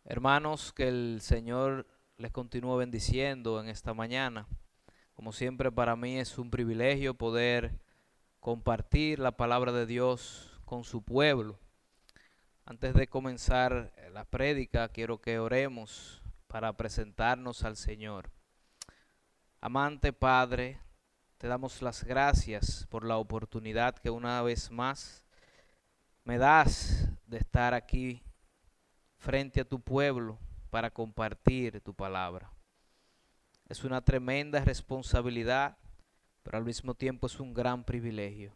Hermanos, que el Señor les continúe bendiciendo en esta mañana. Como siempre, para mí es un privilegio poder compartir la palabra de Dios con su pueblo. Antes de comenzar la prédica, quiero que oremos para presentarnos al Señor. Amante Padre, te damos las gracias por la oportunidad que una vez más me das de estar aquí frente a tu pueblo para compartir tu palabra. Es una tremenda responsabilidad, pero al mismo tiempo es un gran privilegio.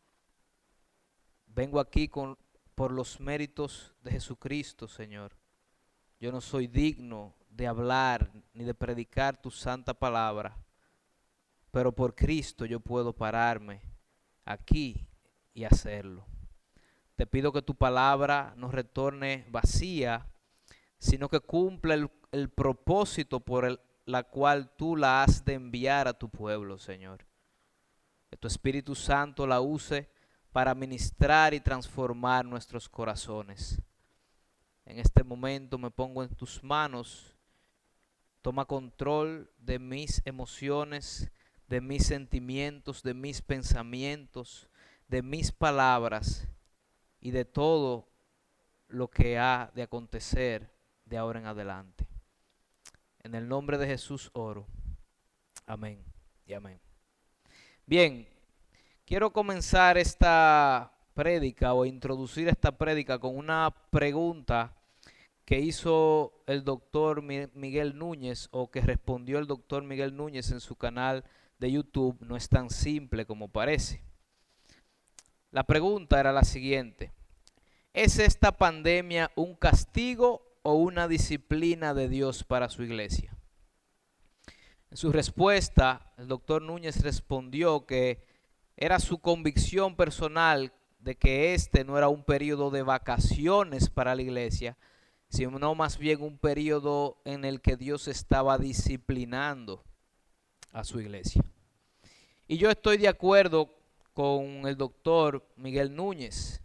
Vengo aquí por los méritos de Jesucristo, Señor. Yo no soy digno de hablar ni de predicar tu santa palabra, pero por Cristo yo puedo pararme aquí y hacerlo. Te pido que tu palabra no retorne vacía, sino que cumpla el propósito por la cual tú la has de enviar a tu pueblo, Señor. Que tu Espíritu Santo la use para ministrar y transformar nuestros corazones. En este momento me pongo en tus manos. Toma control de mis emociones, de mis sentimientos, de mis pensamientos, de mis palabras y de todo lo que ha de acontecer de ahora en adelante. En el nombre de Jesús oro. Amén y amén. Bien, quiero comenzar esta prédica o introducir esta prédica con una pregunta que hizo el doctor Miguel Núñez, o que respondió el doctor Miguel Núñez en su canal de YouTube. No es tan simple como parece. La pregunta era la siguiente: ¿es esta pandemia un castigo o una disciplina de Dios para su iglesia? En su respuesta, el doctor Núñez respondió que era su convicción personal de que este no era un periodo de vacaciones para la iglesia, sino más bien un periodo en el que Dios estaba disciplinando a su iglesia. Y yo estoy de acuerdo con el doctor Miguel Núñez,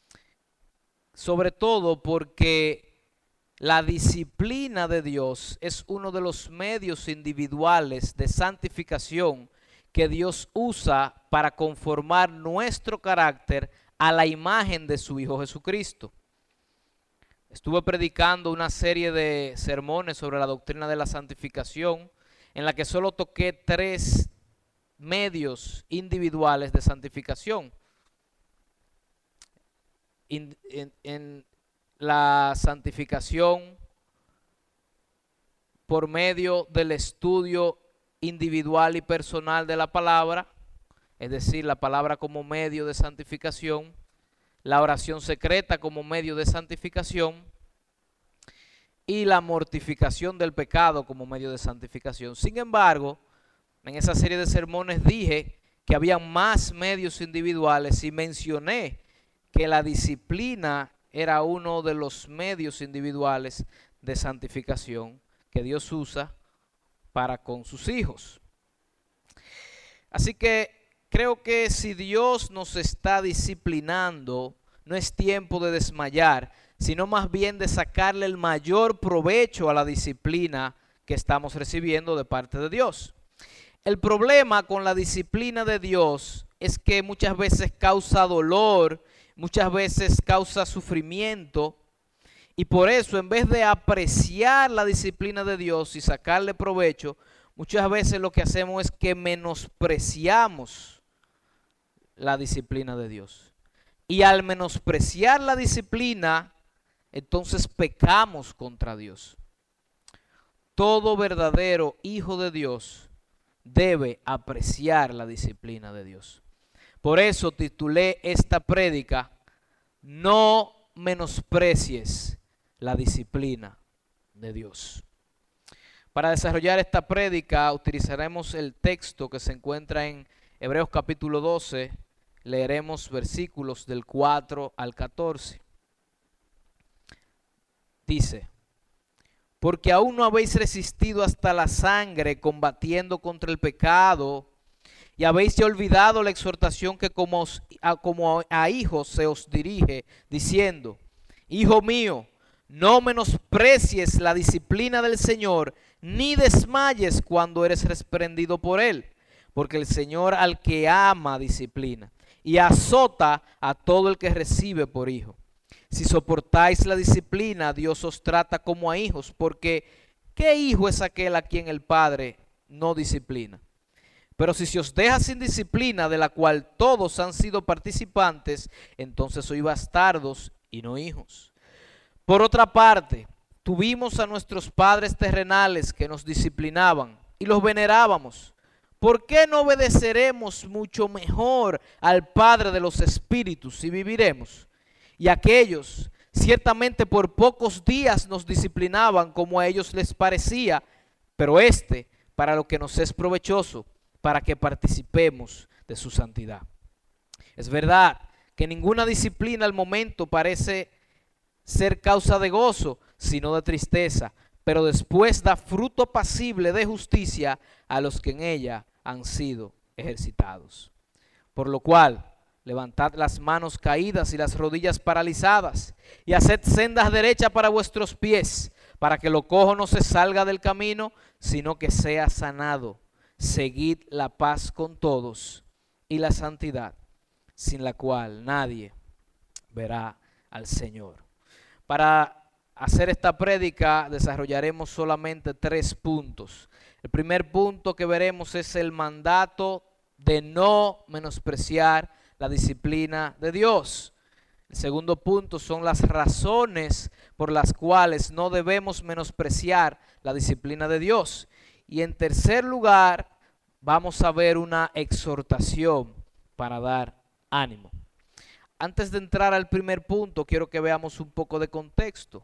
sobre todo porque la disciplina de Dios es uno de los medios individuales de santificación que Dios usa para conformar nuestro carácter a la imagen de su Hijo Jesucristo. Estuve predicando una serie de sermones sobre la doctrina de la santificación, en la que solo toqué 3 medios individuales de santificación. En la santificación por medio del estudio individual y personal de la palabra, es decir, la palabra como medio de santificación, la oración secreta como medio de santificación y la mortificación del pecado como medio de santificación. Sin embargo, en esa serie de sermones dije que había más medios individuales y mencioné que la disciplina era uno de los medios individuales de santificación que Dios usa para con sus hijos. Así que creo que si Dios nos está disciplinando, no es tiempo de desmayar, sino más bien de sacarle el mayor provecho a la disciplina que estamos recibiendo de parte de Dios. El problema con la disciplina de Dios es que muchas veces causa dolor, muchas veces causa sufrimiento, y por eso, en vez de apreciar la disciplina de Dios y sacarle provecho, muchas veces lo que hacemos es que menospreciamos la disciplina de Dios. Y al menospreciar la disciplina, entonces pecamos contra Dios. Todo verdadero hijo de Dios debe apreciar la disciplina de Dios. Por eso titulé esta prédica: no menosprecies la disciplina de Dios. Para desarrollar esta prédica utilizaremos el texto que se encuentra en Hebreos capítulo 12. Leeremos versículos del 4 al 14. Dice: porque aún no habéis resistido hasta la sangre combatiendo contra el pecado, y habéis ya olvidado la exhortación que como a hijos se os dirige, diciendo: Hijo mío, No menosprecies la disciplina del Señor, ni desmayes cuando eres reprendido por Él, porque el Señor al que ama disciplina y azota a todo el que recibe por hijo. Si soportáis la disciplina, Dios os trata como a hijos, porque ¿qué hijo es aquel a quien el Padre no disciplina? Pero si se os deja sin disciplina, de la cual todos han sido participantes, entonces sois bastardos y no hijos. Por otra parte, tuvimos a nuestros padres terrenales que nos disciplinaban y los venerábamos. ¿Por qué no obedeceremos mucho mejor al Padre de los Espíritus y viviremos? Y aquellos, ciertamente por pocos días nos disciplinaban como a ellos les parecía, pero para lo que nos es provechoso, para que participemos de su santidad. Es verdad que ninguna disciplina al momento parece ser causa de gozo, sino de tristeza, pero después da fruto apacible de justicia a los que en ella han sido ejercitados. Por lo cual, levantad las manos caídas y las rodillas paralizadas, y haced sendas derechas para vuestros pies, para que lo cojo no se salga del camino, sino que sea sanado. Seguid la paz con todos y la santidad, sin la cual nadie verá al Señor. Para hacer esta prédica desarrollaremos solamente 3 puntos. El primer punto que veremos es el mandato de no menospreciar la disciplina de Dios. El segundo punto son las razones por las cuales no debemos menospreciar la disciplina de Dios. Y en tercer lugar, vamos a ver una exhortación para dar ánimo. Antes de entrar al primer punto, quiero que veamos un poco de contexto.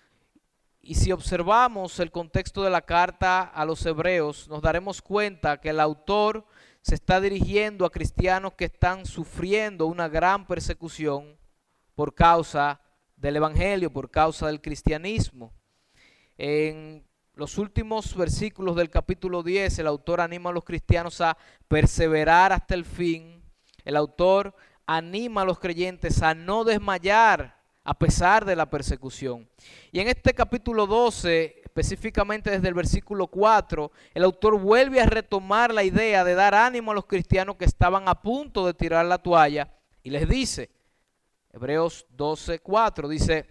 Y si observamos el contexto de la carta a los hebreos, nos daremos cuenta que el autor se está dirigiendo a cristianos que están sufriendo una gran persecución por causa del evangelio, por causa del cristianismo. En los últimos versículos del capítulo 10, el autor anima a los cristianos a perseverar hasta el fin. El autor anima a los creyentes a no desmayar a pesar de la persecución. Y en este capítulo 12, específicamente desde el versículo 4, el autor vuelve a retomar la idea de dar ánimo a los cristianos que estaban a punto de tirar la toalla y les dice, Hebreos 12:4, dice,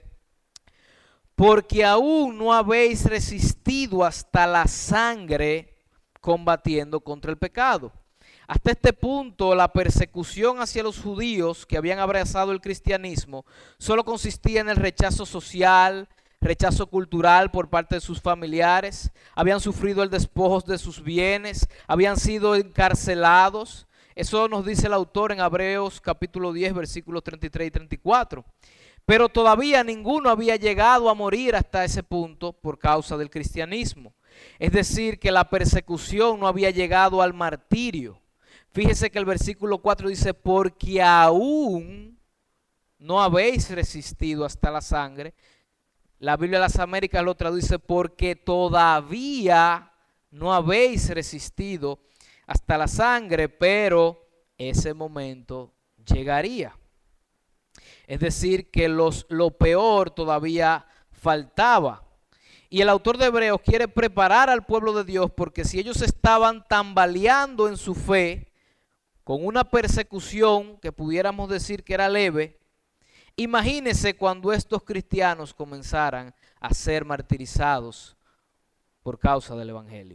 porque aún no habéis resistido hasta la sangre combatiendo contra el pecado. Hasta este punto, la persecución hacia los judíos que habían abrazado el cristianismo solo consistía en el rechazo social, rechazo cultural por parte de sus familiares, habían sufrido el despojo de sus bienes, habían sido encarcelados. Eso nos dice el autor en Hebreos capítulo 10, versículos 33 y 34. Pero todavía ninguno había llegado a morir hasta ese punto por causa del cristianismo. Es decir, que la persecución no había llegado al martirio. Fíjese que el versículo 4 dice, porque aún no habéis resistido hasta la sangre. La Biblia de las Américas lo traduce, porque todavía no habéis resistido hasta la sangre, pero ese momento llegaría. Es decir, que lo peor todavía faltaba. Y el autor de Hebreos quiere preparar al pueblo de Dios, porque si ellos estaban tambaleando en su fe, con una persecución que pudiéramos decir que era leve, imagínense cuando estos cristianos comenzaran a ser martirizados por causa del evangelio.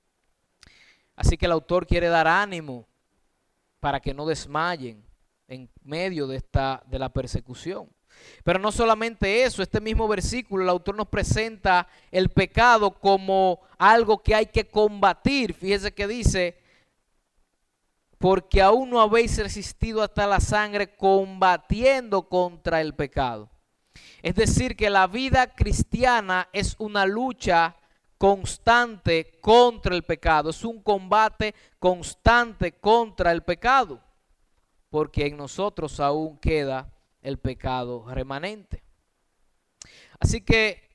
Así que el autor quiere dar ánimo para que no desmayen en medio de la persecución. Pero no solamente eso, este mismo versículo el autor nos presenta el pecado como algo que hay que combatir. Fíjese que dice, porque aún no habéis resistido hasta la sangre combatiendo contra el pecado. Es decir, que la vida cristiana es una lucha constante contra el pecado, es un combate constante contra el pecado, porque en nosotros aún queda el pecado remanente. Así que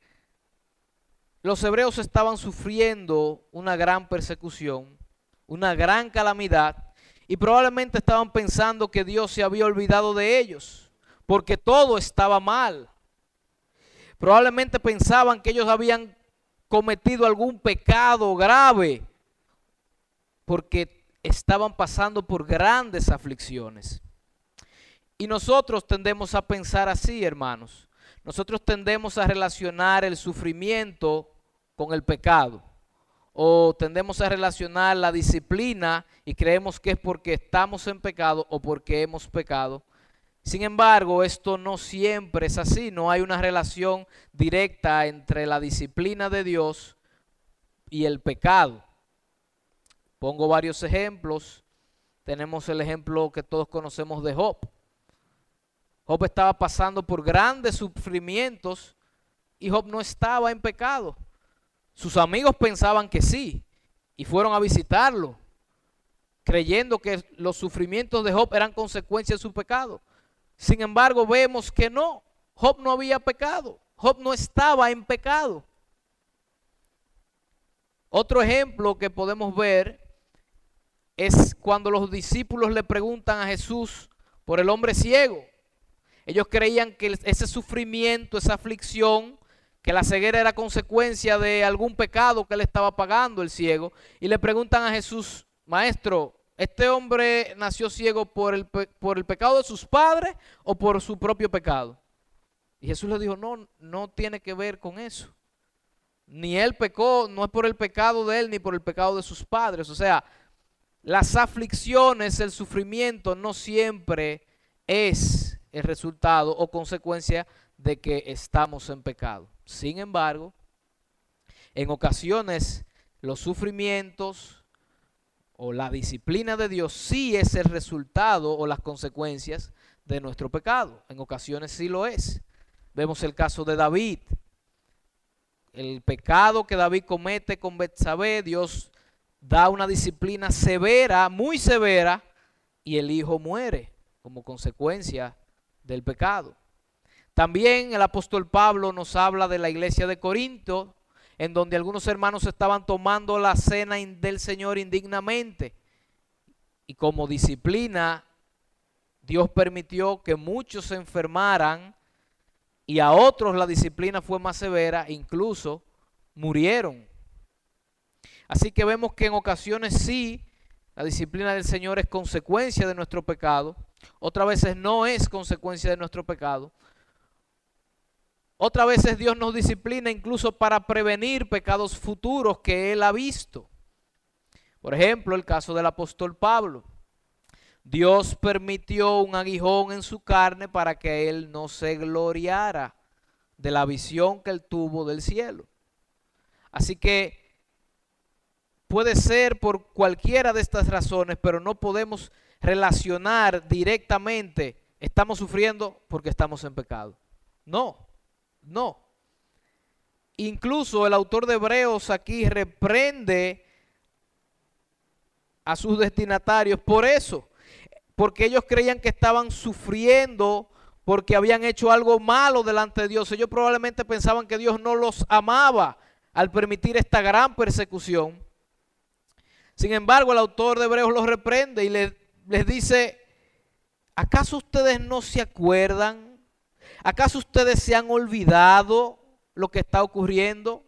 los hebreos estaban sufriendo una gran persecución, una gran calamidad, y probablemente estaban pensando que Dios se había olvidado de ellos, porque todo estaba mal. Probablemente pensaban que ellos habían cometido algún pecado grave porque estaban pasando por grandes aflicciones. Y nosotros tendemos a pensar así, hermanos. Nosotros tendemos a relacionar el sufrimiento con el pecado. O tendemos a relacionar la disciplina y creemos que es porque estamos en pecado o porque hemos pecado. Sin embargo, esto no siempre es así. No hay una relación directa entre la disciplina de Dios y el pecado. Pongo varios ejemplos. Tenemos el ejemplo que todos conocemos de Job. Job estaba pasando por grandes sufrimientos y Job no estaba en pecado. Sus amigos pensaban que sí y fueron a visitarlo, creyendo que los sufrimientos de Job eran consecuencia de su pecado. Sin embargo, vemos que no, Job no había pecado, Job no estaba en pecado. Otro ejemplo que podemos ver es cuando los discípulos le preguntan a Jesús por el hombre ciego. Ellos creían que ese sufrimiento, esa aflicción, que la ceguera era consecuencia de algún pecado que él estaba pagando, el ciego, y le preguntan a Jesús: Maestro, ¿este hombre nació ciego por el pecado de sus padres o por su propio pecado? Y Jesús le dijo: no tiene que ver con eso. Ni él pecó, no es por el pecado de él ni por el pecado de sus padres. O sea, las aflicciones, el sufrimiento no siempre es el resultado o consecuencia de que estamos en pecado. Sin embargo, en ocasiones los sufrimientos o la disciplina de Dios sí es el resultado o las consecuencias de nuestro pecado. En ocasiones sí lo es. Vemos el caso de David. El pecado que David comete con Betsabé, Dios da una disciplina severa, muy severa, y el hijo muere como consecuencia del pecado. También el apóstol Pablo nos habla de la iglesia de Corinto, en donde algunos hermanos estaban tomando la cena del Señor indignamente. Y como disciplina, Dios permitió que muchos se enfermaran y a otros la disciplina fue más severa, incluso murieron. Así que vemos que en ocasiones sí, la disciplina del Señor es consecuencia de nuestro pecado. Otras veces no es consecuencia de nuestro pecado. Otras veces Dios nos disciplina incluso para prevenir pecados futuros que Él ha visto. Por ejemplo, el caso del apóstol Pablo. Dios permitió un aguijón en su carne para que él no se gloriara de la visión que él tuvo del cielo. Así que puede ser por cualquiera de estas razones, pero no podemos relacionar directamente: estamos sufriendo porque estamos en pecado. No. Incluso el autor de Hebreos aquí reprende a sus destinatarios por eso, porque ellos creían que estaban sufriendo porque habían hecho algo malo delante de Dios. Ellos probablemente pensaban que Dios no los amaba al permitir esta gran persecución. Sin embargo, el autor de Hebreos los reprende y les dice: ¿acaso ustedes no se acuerdan? ¿Acaso ustedes se han olvidado lo que está ocurriendo?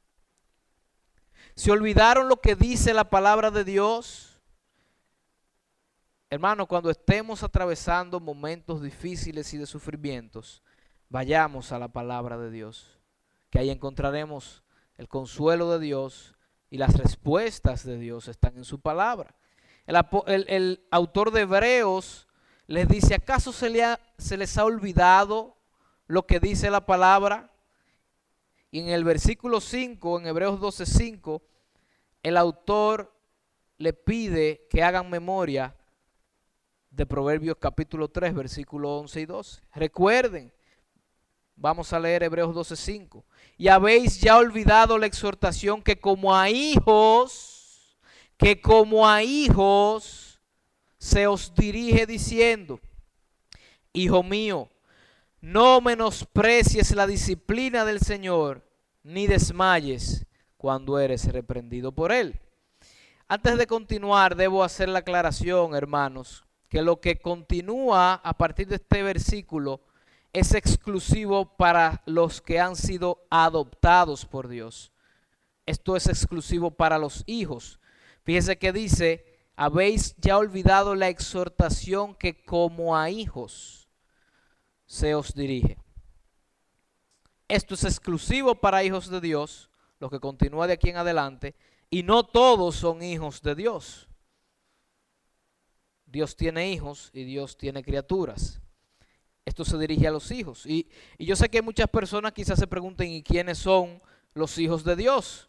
¿Se olvidaron lo que dice la palabra de Dios? Hermanos, cuando estemos atravesando momentos difíciles y de sufrimientos, vayamos a la palabra de Dios, que ahí encontraremos el consuelo de Dios y las respuestas de Dios están en su palabra. El autor de Hebreos les dice: ¿acaso se les ha olvidado lo que dice la palabra? Y en el versículo 5, en Hebreos 12:5, el autor le pide que hagan memoria de Proverbios capítulo 3, versículos 11 y 12. Recuerden, vamos a leer Hebreos 12:5. Y habéis ya olvidado la exhortación que como a hijos se os dirige diciendo: Hijo mío, no menosprecies la disciplina del Señor, ni desmayes cuando eres reprendido por Él. Antes de continuar, debo hacer la aclaración, hermanos, que lo que continúa a partir de este versículo es exclusivo para los que han sido adoptados por Dios. Esto es exclusivo para los hijos. Fíjese que dice, habéis ya olvidado la exhortación que como a hijos se os dirige. Esto es exclusivo para hijos de Dios, lo que continúa de aquí en adelante, y no todos son hijos de Dios. Dios tiene hijos y Dios tiene criaturas. Esto se dirige a los hijos. Y yo sé que muchas personas quizás se pregunten, ¿y quiénes son los hijos de Dios?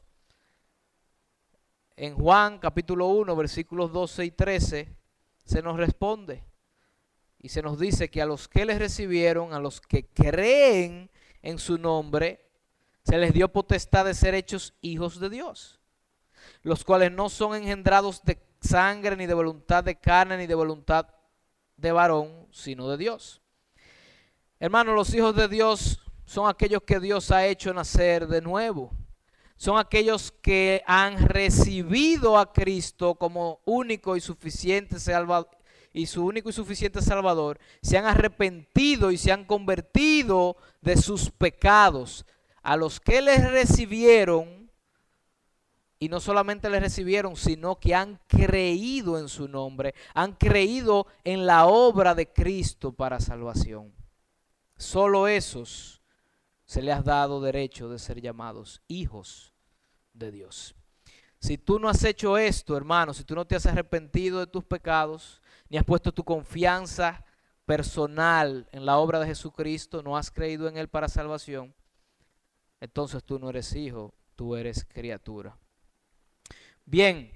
En Juan capítulo 1, versículos 12 y 13, se nos responde. Y se nos dice que a los que les recibieron, a los que creen en su nombre, se les dio potestad de ser hechos hijos de Dios, los cuales no son engendrados de sangre, ni de voluntad de carne, ni de voluntad de varón, sino de Dios. Hermanos, los hijos de Dios son aquellos que Dios ha hecho nacer de nuevo. Son aquellos que han recibido a Cristo como único y suficiente Salvador, y su único y suficiente Salvador, se han arrepentido y se han convertido de sus pecados. A los que les recibieron, y no solamente les recibieron, sino que han creído en su nombre, han creído en la obra de Cristo para salvación. Solo esos se les ha dado derecho de ser llamados hijos de Dios. Si tú no has hecho esto, hermano, si tú no te has arrepentido de tus pecados, ni has puesto tu confianza personal en la obra de Jesucristo, no has creído en Él para salvación, entonces tú no eres hijo, tú eres criatura. Bien,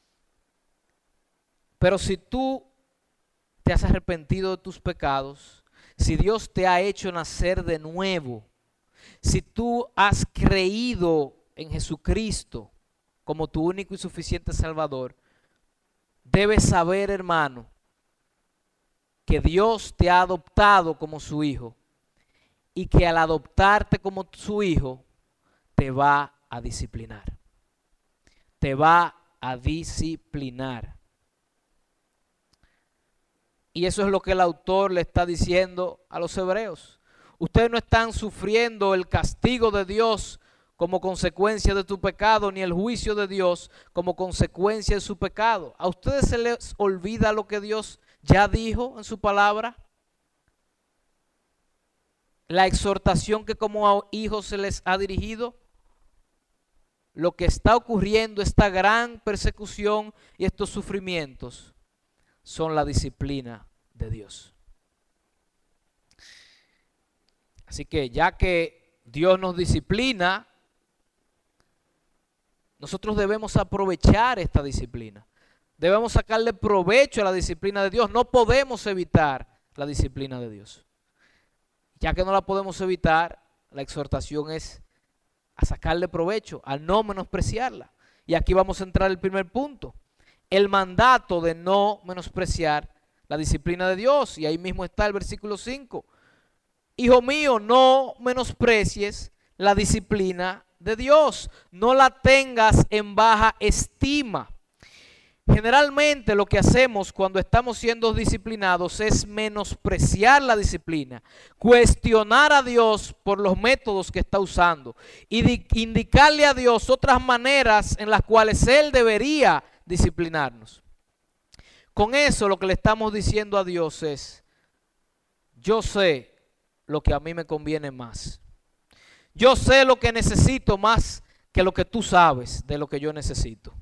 pero si tú te has arrepentido de tus pecados, si Dios te ha hecho nacer de nuevo, si tú has creído en Jesucristo como tu único y suficiente Salvador, debes saber, hermano, que Dios te ha adoptado como su hijo y que al adoptarte como su hijo te va a disciplinar. Te va a disciplinar. Y eso es lo que el autor le está diciendo a los hebreos. Ustedes no están sufriendo el castigo de Dios como consecuencia de tu pecado, ni el juicio de Dios como consecuencia de su pecado. ¿A ustedes se les olvida lo que Dios ya dijo en su palabra? La exhortación que como a hijos se les ha dirigido. Lo que está ocurriendo, esta gran persecución y estos sufrimientos, son la disciplina de Dios. Así que ya que Dios nos disciplina, nosotros debemos aprovechar esta disciplina. Debemos sacarle provecho a la disciplina de Dios. No podemos evitar la disciplina de Dios. Ya que no la podemos evitar, la exhortación es a sacarle provecho, a no menospreciarla. Y aquí vamos a entrar el primer punto. El mandato de no menospreciar la disciplina de Dios. Y ahí mismo está el versículo 5. Hijo mío, no menosprecies la disciplina de Dios. No la tengas en baja estima. Generalmente lo que hacemos cuando estamos siendo disciplinados es menospreciar la disciplina, cuestionar a Dios por los métodos que está usando y indicarle a Dios otras maneras en las cuales Él debería disciplinarnos. Con eso lo que le estamos diciendo a Dios es, yo sé lo que a mí me conviene más. Yo sé lo que necesito más que lo que tú sabes de lo que yo necesito.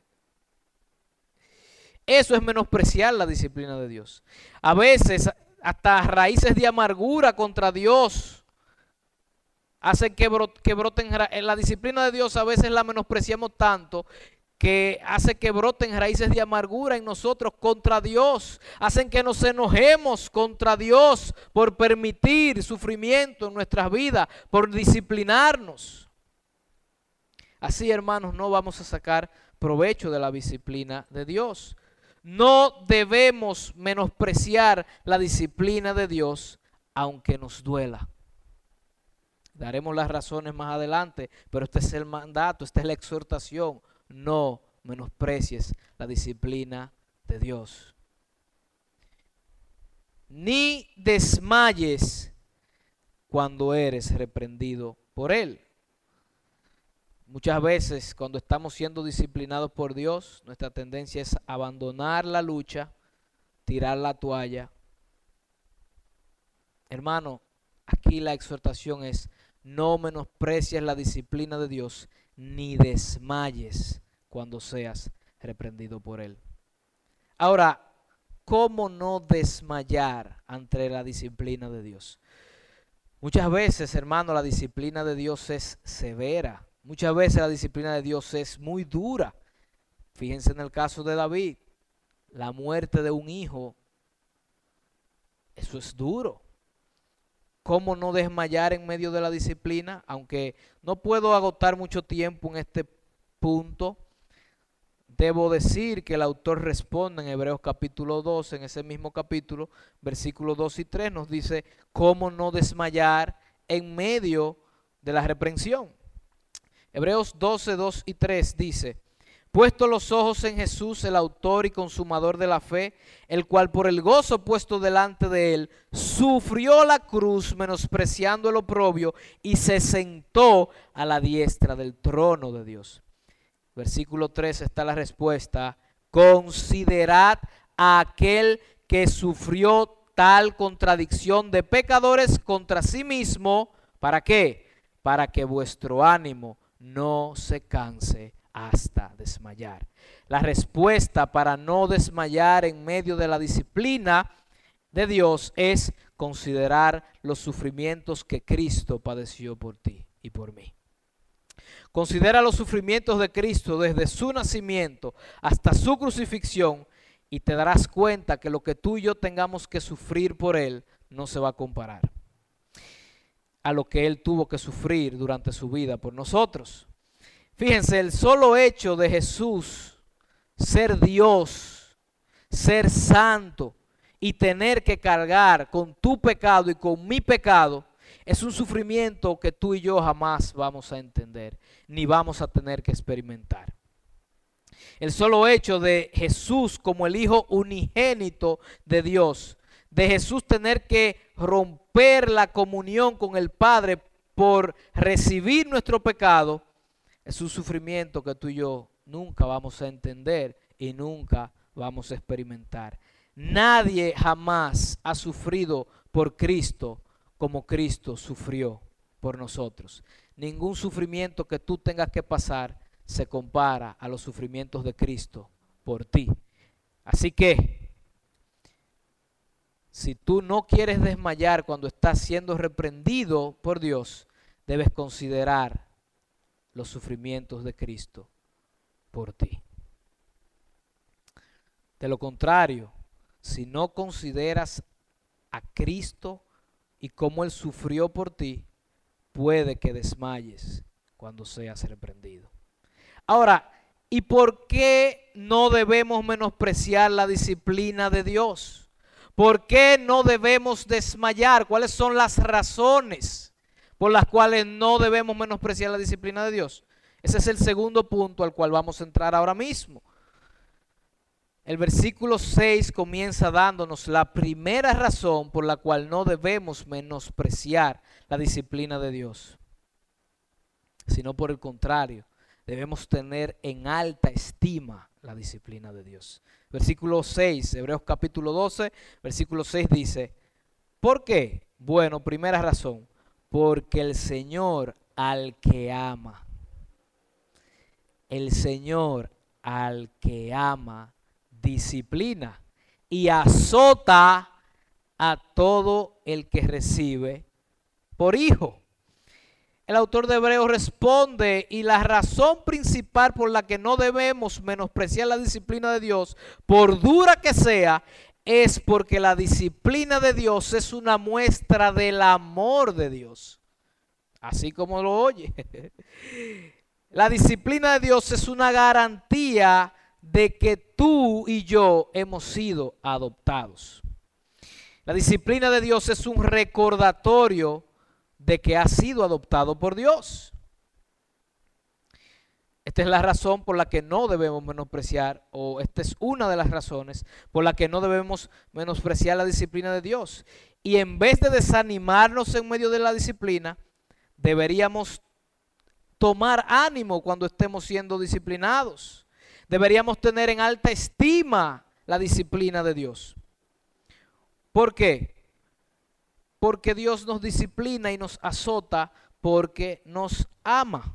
Eso es menospreciar la disciplina de Dios. A veces hasta raíces de amargura contra Dios hacen que broten. En la disciplina de Dios a veces la menospreciamos tanto que hace que broten raíces de amargura en nosotros contra Dios. Hacen que nos enojemos contra Dios por permitir sufrimiento en nuestras vidas, por disciplinarnos. Así, hermanos, no vamos a sacar provecho de la disciplina de Dios. No debemos menospreciar la disciplina de Dios, aunque nos duela. Daremos las razones más adelante, pero este es el mandato, esta es la exhortación. No menosprecies la disciplina de Dios. Ni desmayes cuando eres reprendido por Él. Muchas veces cuando estamos siendo disciplinados por Dios, nuestra tendencia es abandonar la lucha, tirar la toalla. Hermano, aquí la exhortación es: no menosprecies la disciplina de Dios, ni desmayes cuando seas reprendido por Él. Ahora, ¿cómo no desmayar ante la disciplina de Dios? Muchas veces, hermano, la disciplina de Dios es severa. Muchas veces la disciplina de Dios es muy dura. Fíjense en el caso de David, la muerte de un hijo, eso es duro. ¿Cómo no desmayar en medio de la disciplina? Aunque no puedo agotar mucho tiempo en este punto, debo decir que el autor responde en Hebreos capítulo 12, en ese mismo capítulo, versículos 2 y 3, nos dice cómo no desmayar en medio de la reprensión. Hebreos 12, 2 y 3 dice: puesto los ojos en Jesús, el autor y consumador de la fe, el cual por el gozo puesto delante de él, sufrió la cruz, menospreciando el oprobio, y se sentó a la diestra del trono de Dios. Versículo 3 está la respuesta: considerad a aquel que sufrió tal contradicción de pecadores contra sí mismo. ¿Para qué? Para que vuestro ánimo no se canse hasta desmayar. La respuesta para no desmayar en medio de la disciplina de Dios es considerar los sufrimientos que Cristo padeció por ti y por mí. Considera los sufrimientos de Cristo desde su nacimiento hasta su crucifixión y te darás cuenta que lo que tú y yo tengamos que sufrir por Él no se va a comparar a lo que Él tuvo que sufrir durante su vida por nosotros. Fíjense, el solo hecho de Jesús ser Dios, ser santo y tener que cargar con tu pecado y con mi pecado es un sufrimiento que tú y yo jamás vamos a entender, ni vamos a tener que experimentar. El solo hecho de Jesús como el Hijo unigénito de Dios, de Jesús tener que romper la comunión con el Padre por recibir nuestro pecado, es un sufrimiento que tú y yo nunca vamos a entender y nunca vamos a experimentar. Nadie jamás ha sufrido por Cristo como Cristo sufrió por nosotros. Ningún sufrimiento que tú tengas que pasar se compara a los sufrimientos de Cristo por ti. Así que, si tú no quieres desmayar cuando estás siendo reprendido por Dios, debes considerar los sufrimientos de Cristo por ti. De lo contrario, si no consideras a Cristo y cómo Él sufrió por ti, puede que desmayes cuando seas reprendido. Ahora, ¿y por qué no debemos menospreciar la disciplina de Dios? ¿Por qué no debemos desmayar? ¿Cuáles son las razones por las cuales no debemos menospreciar la disciplina de Dios? Ese es el segundo punto al cual vamos a entrar ahora mismo. El versículo 6 comienza dándonos la primera razón por la cual no debemos menospreciar la disciplina de Dios, sino por el contrario, debemos tener en alta estima la disciplina de Dios. Versículo 6, Hebreos capítulo 12, versículo 6 dice: ¿por qué? Bueno, primera razón, porque el Señor al que ama, el Señor al que ama, disciplina y azota a todo el que recibe por hijo. El autor de Hebreos responde, y la razón principal por la que no debemos menospreciar la disciplina de Dios, por dura que sea, es porque la disciplina de Dios es una muestra del amor de Dios. Así como lo oye. La disciplina de Dios es una garantía de que tú y yo hemos sido adoptados. La disciplina de Dios es un recordatorio de que has sido adoptado por Dios. Esta es la razón por la que no debemos menospreciar, o esta es una de las razones por la que no debemos menospreciar la disciplina de Dios. Y en vez de desanimarnos en medio de la disciplina, deberíamos tomar ánimo cuando estemos siendo disciplinados. Deberíamos tener en alta estima la disciplina de Dios. ¿Por qué? Porque Dios nos disciplina y nos azota porque nos ama.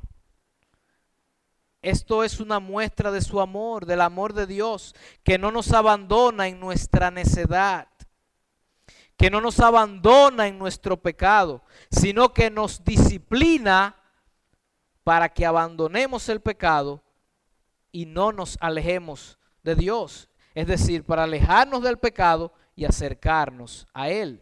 Esto es una muestra de su amor, del amor de Dios, que no nos abandona en nuestra necedad, que no nos abandona en nuestro pecado, sino que nos disciplina para que abandonemos el pecado y no nos alejemos de Dios. Es decir, para alejarnos del pecado y acercarnos a Él.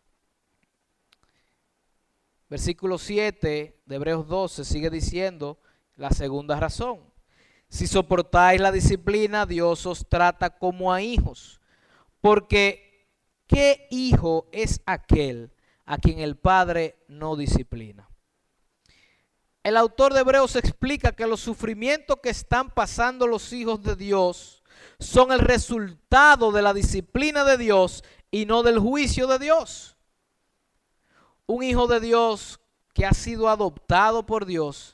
Versículo 7 de Hebreos 12 sigue diciendo la segunda razón. Si soportáis la disciplina, Dios os trata como a hijos. Porque ¿qué hijo es aquel a quien el Padre no disciplina? El autor de Hebreos explica que los sufrimientos que están pasando los hijos de Dios son el resultado de la disciplina de Dios y no del juicio de Dios. Un hijo de Dios que ha sido adoptado por Dios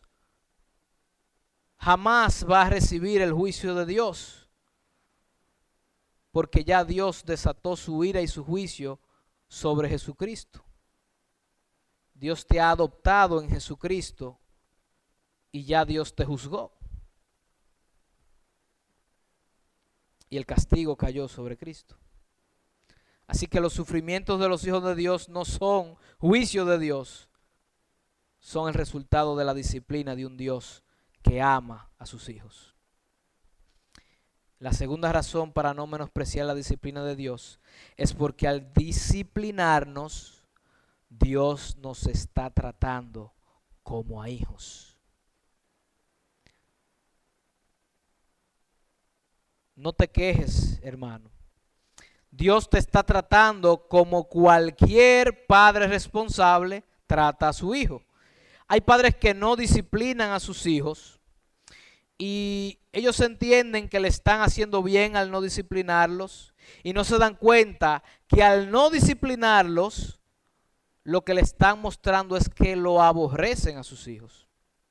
jamás va a recibir el juicio de Dios, porque ya Dios desató su ira y su juicio sobre Jesucristo. Dios te ha adoptado en Jesucristo y ya Dios te juzgó. Y el castigo cayó sobre Cristo. Así que los sufrimientos de los hijos de Dios no son juicio de Dios, son el resultado de la disciplina de un Dios que ama a sus hijos. La segunda razón para no menospreciar la disciplina de Dios es porque al disciplinarnos, Dios nos está tratando como a hijos. No te quejes, hermano. Dios te está tratando como cualquier padre responsable trata a su hijo. Hay padres que no disciplinan a sus hijos y ellos entienden que le están haciendo bien al no disciplinarlos y no se dan cuenta que al no disciplinarlos lo que le están mostrando es que lo aborrecen a sus hijos.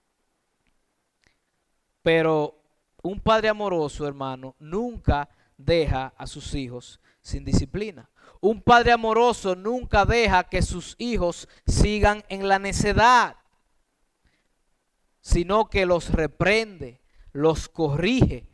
Pero un padre amoroso, hermano, nunca deja a sus hijos sin disciplina. Un padre amoroso nunca deja que sus hijos sigan en la necedad, sino que los reprende, los corrige,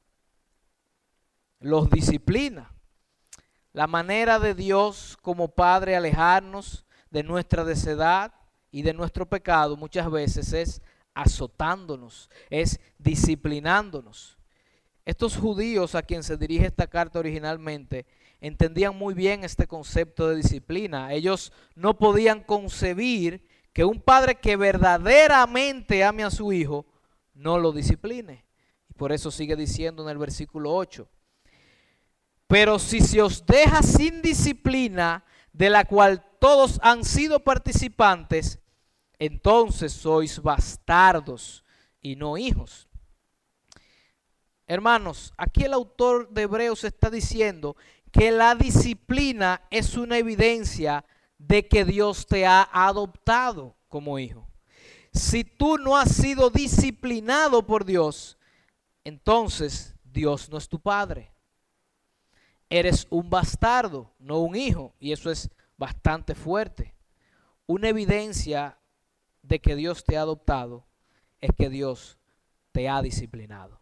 los disciplina. La manera de Dios como Padre alejarnos de nuestra necedad y de nuestro pecado muchas veces es azotándonos, es disciplinándonos. Estos judíos a quien se dirige esta carta originalmente entendían muy bien este concepto de disciplina. Ellos no podían concebir que un padre que verdaderamente ame a su hijo no lo discipline. Y por eso sigue diciendo en el versículo 8. Pero si se os deja sin disciplina, de la cual todos han sido participantes, entonces sois bastardos y no hijos. Hermanos, aquí el autor de Hebreos está diciendo que la disciplina es una evidencia de que Dios te ha adoptado como hijo. Si tú no has sido disciplinado por Dios, entonces Dios no es tu padre. Eres un bastardo, no un hijo, y eso es bastante fuerte. Una evidencia de que Dios te ha adoptado es que Dios te ha disciplinado.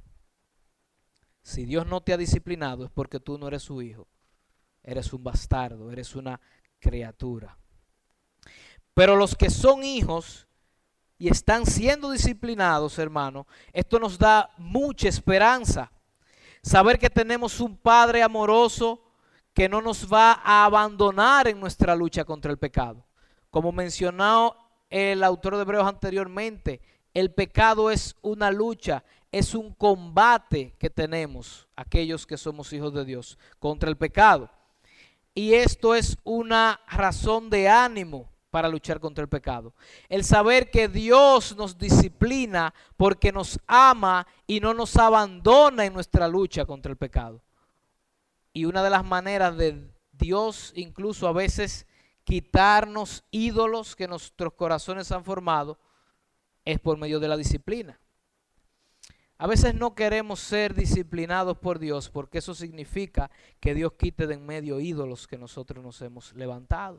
Si Dios no te ha disciplinado es porque tú no eres su hijo. Eres un bastardo, eres una criatura. Pero los que son hijos y están siendo disciplinados, hermano, esto nos da mucha esperanza. Saber que tenemos un Padre amoroso que no nos va a abandonar en nuestra lucha contra el pecado. Como mencionó el autor de Hebreos anteriormente, el pecado es una lucha, es un combate que tenemos aquellos que somos hijos de Dios contra el pecado. Y esto es una razón de ánimo para luchar contra el pecado. El saber que Dios nos disciplina porque nos ama y no nos abandona en nuestra lucha contra el pecado. Y una de las maneras de Dios incluso a veces quitarnos ídolos que nuestros corazones han formado es por medio de la disciplina. A veces no queremos ser disciplinados por Dios porque eso significa que Dios quite de en medio ídolos que nosotros nos hemos levantado.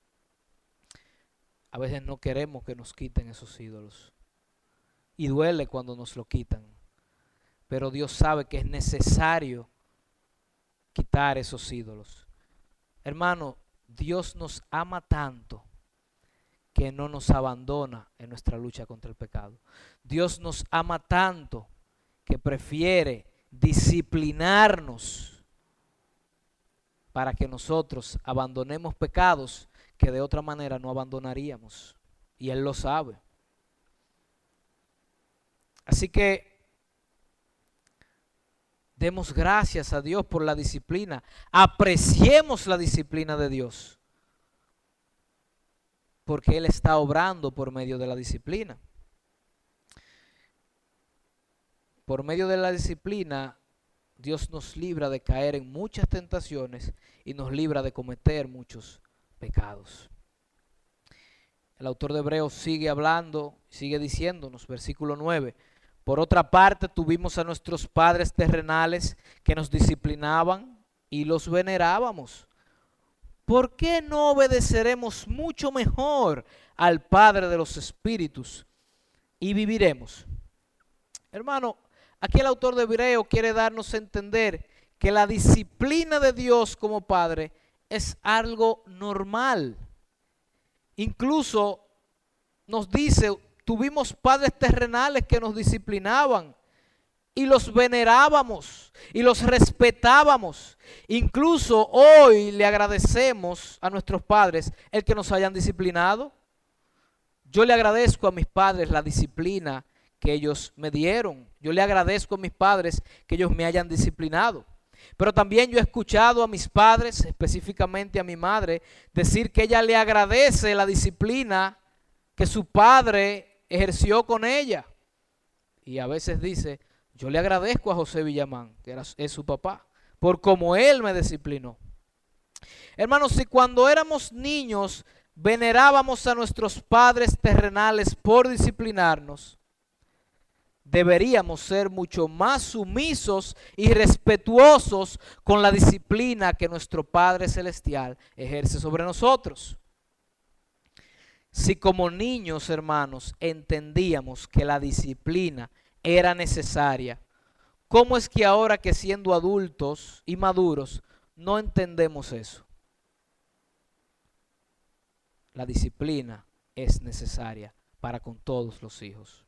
A veces no queremos que nos quiten esos ídolos. Y duele cuando nos lo quitan. Pero Dios sabe que es necesario quitar esos ídolos. Hermano, Dios nos ama tanto que no nos abandona en nuestra lucha contra el pecado. Dios nos ama tanto que prefiere disciplinarnos para que nosotros abandonemos pecados que de otra manera no abandonaríamos. Y Él lo sabe. Así que demos gracias a Dios por la disciplina. Apreciemos la disciplina de Dios. Porque Él está obrando por medio de la disciplina. Por medio de la disciplina, Dios nos libra de caer en muchas tentaciones y nos libra de cometer muchos pecados. El autor de Hebreos sigue hablando, sigue diciéndonos, versículo 9. Por otra parte, tuvimos a nuestros padres terrenales que nos disciplinaban y los venerábamos. ¿Por qué no obedeceremos mucho mejor al Padre de los Espíritus y viviremos? Hermano, aquí el autor de Hebreos quiere darnos a entender que la disciplina de Dios como Padre es algo normal. Incluso nos dice, tuvimos padres terrenales que nos disciplinaban y los venerábamos y los respetábamos. Incluso hoy le agradecemos a nuestros padres el que nos hayan disciplinado. Yo le agradezco a mis padres la disciplina que ellos me dieron. Yo le agradezco a mis padres que ellos me hayan disciplinado. Pero también yo he escuchado a mis padres, específicamente a mi madre, decir que ella le agradece la disciplina que su padre ejerció con ella. Y a veces dice, yo le agradezco a José Villamán, que es su papá, por cómo él me disciplinó. Hermanos, si cuando éramos niños venerábamos a nuestros padres terrenales por disciplinarnos, deberíamos ser mucho más sumisos y respetuosos con la disciplina que nuestro Padre Celestial ejerce sobre nosotros. Si como niños, hermanos, entendíamos que la disciplina era necesaria, ¿cómo es que ahora que siendo adultos y maduros no entendemos eso? La disciplina es necesaria para con todos los hijos.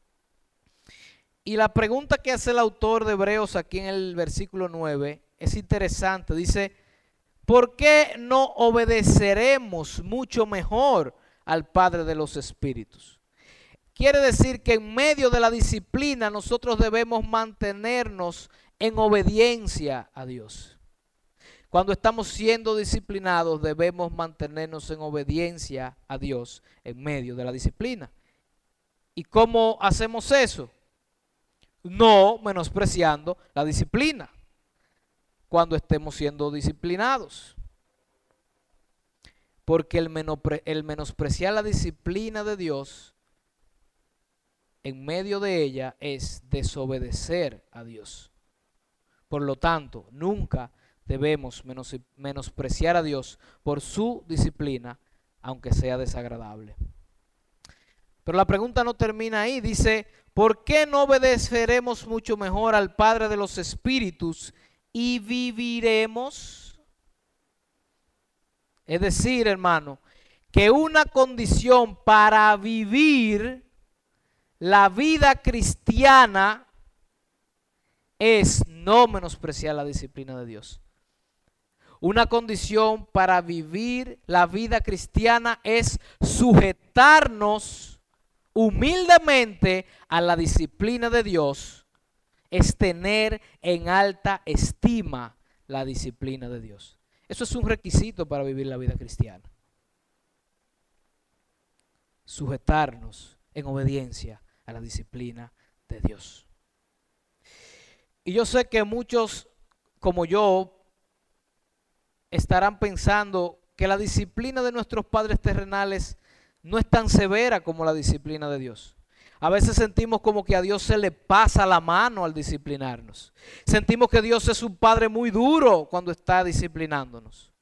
Y la pregunta que hace el autor de Hebreos aquí en el versículo 9 es interesante. Dice, ¿por qué no obedeceremos mucho mejor al Padre de los Espíritus? Quiere decir que en medio de la disciplina nosotros debemos mantenernos en obediencia a Dios. Cuando estamos siendo disciplinados debemos mantenernos en obediencia a Dios en medio de la disciplina. ¿Y cómo hacemos eso? No menospreciando la disciplina cuando estemos siendo disciplinados. Porque el menospreciar la disciplina de Dios en medio de ella es desobedecer a Dios. Por lo tanto, nunca debemos menospreciar a Dios por su disciplina, aunque sea desagradable. Pero la pregunta no termina ahí. Dice, ¿por qué no obedeceremos mucho mejor al Padre de los Espíritus y viviremos? Es decir, hermano, que una condición para vivir la vida cristiana es no menospreciar la disciplina de Dios. Una condición para vivir la vida cristiana es sujetarnos humildemente a la disciplina de Dios, es tener en alta estima la disciplina de Dios. Eso es un requisito para vivir la vida cristiana. sujetarnos en obediencia a la disciplina de Dios. Y yo sé que muchos como yo estarán pensando que la disciplina de nuestros padres terrenales no es tan severa como la disciplina de Dios. A veces sentimos como que a Dios se le pasa la mano al disciplinarnos. Sentimos que Dios es un padre muy duro cuando está disciplinándonos.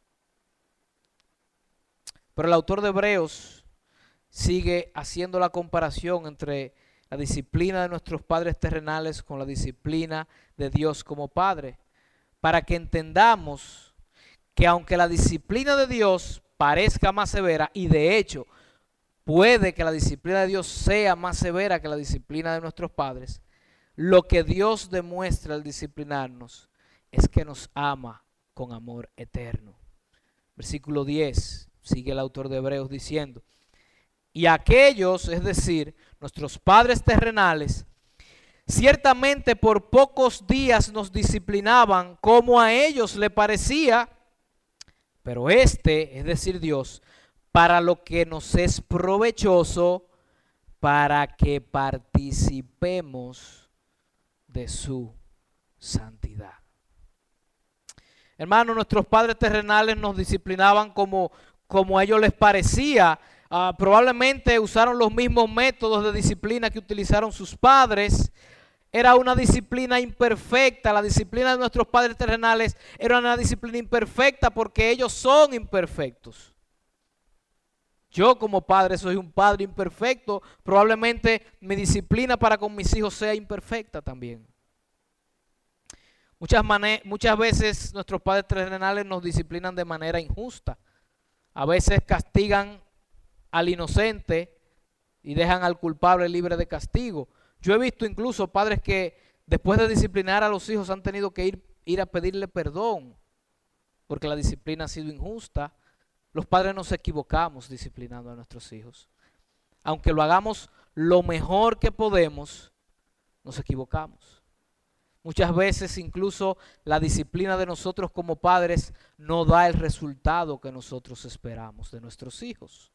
Pero el autor de Hebreos sigue haciendo la comparación entre la disciplina de nuestros padres terrenales con la disciplina de Dios como Padre, para que entendamos que aunque la disciplina de Dios parezca más severa, y de hecho puede que la disciplina de Dios sea más severa que la disciplina de nuestros padres, lo que Dios demuestra al disciplinarnos es que nos ama con amor eterno. Versículo 10, sigue el autor de Hebreos diciendo: y aquellos, es decir, nuestros padres terrenales, ciertamente por pocos días nos disciplinaban como a ellos le parecía, pero es decir, Dios, para lo que nos es provechoso, para que participemos de su santidad. Hermanos, nuestros padres terrenales nos disciplinaban como a ellos les parecía. Probablemente usaron los mismos métodos de disciplina que utilizaron sus padres. Era una disciplina imperfecta. La disciplina de nuestros padres terrenales era una disciplina imperfecta porque ellos son imperfectos. Yo como padre soy un padre imperfecto. Probablemente mi disciplina para con mis hijos sea imperfecta también. Muchas veces nuestros padres terrenales nos disciplinan de manera injusta. A veces castigan al inocente y dejan al culpable libre de castigo. Yo he visto incluso padres que después de disciplinar a los hijos han tenido que ir a pedirle perdón porque la disciplina ha sido injusta. Los padres nos equivocamos disciplinando a nuestros hijos. Aunque lo hagamos lo mejor que podemos, nos equivocamos. Muchas veces incluso la disciplina de nosotros como padres no da el resultado que nosotros esperamos de nuestros hijos.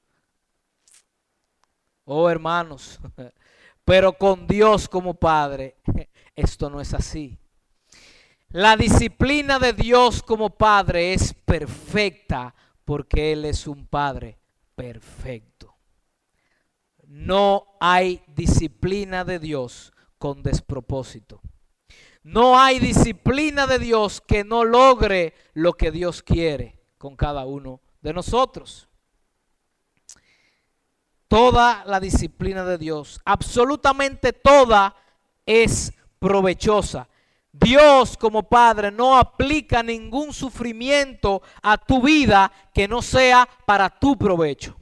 Oh, hermanos, pero con Dios como Padre, esto no es así. La disciplina de Dios como Padre es perfecta porque Él es un Padre perfecto. No hay disciplina de Dios con despropósito. No hay disciplina de Dios que no logre lo que Dios quiere con cada uno de nosotros. Toda la disciplina de Dios, absolutamente toda, es provechosa. Dios como Padre no aplica ningún sufrimiento a tu vida que no sea para tu provecho.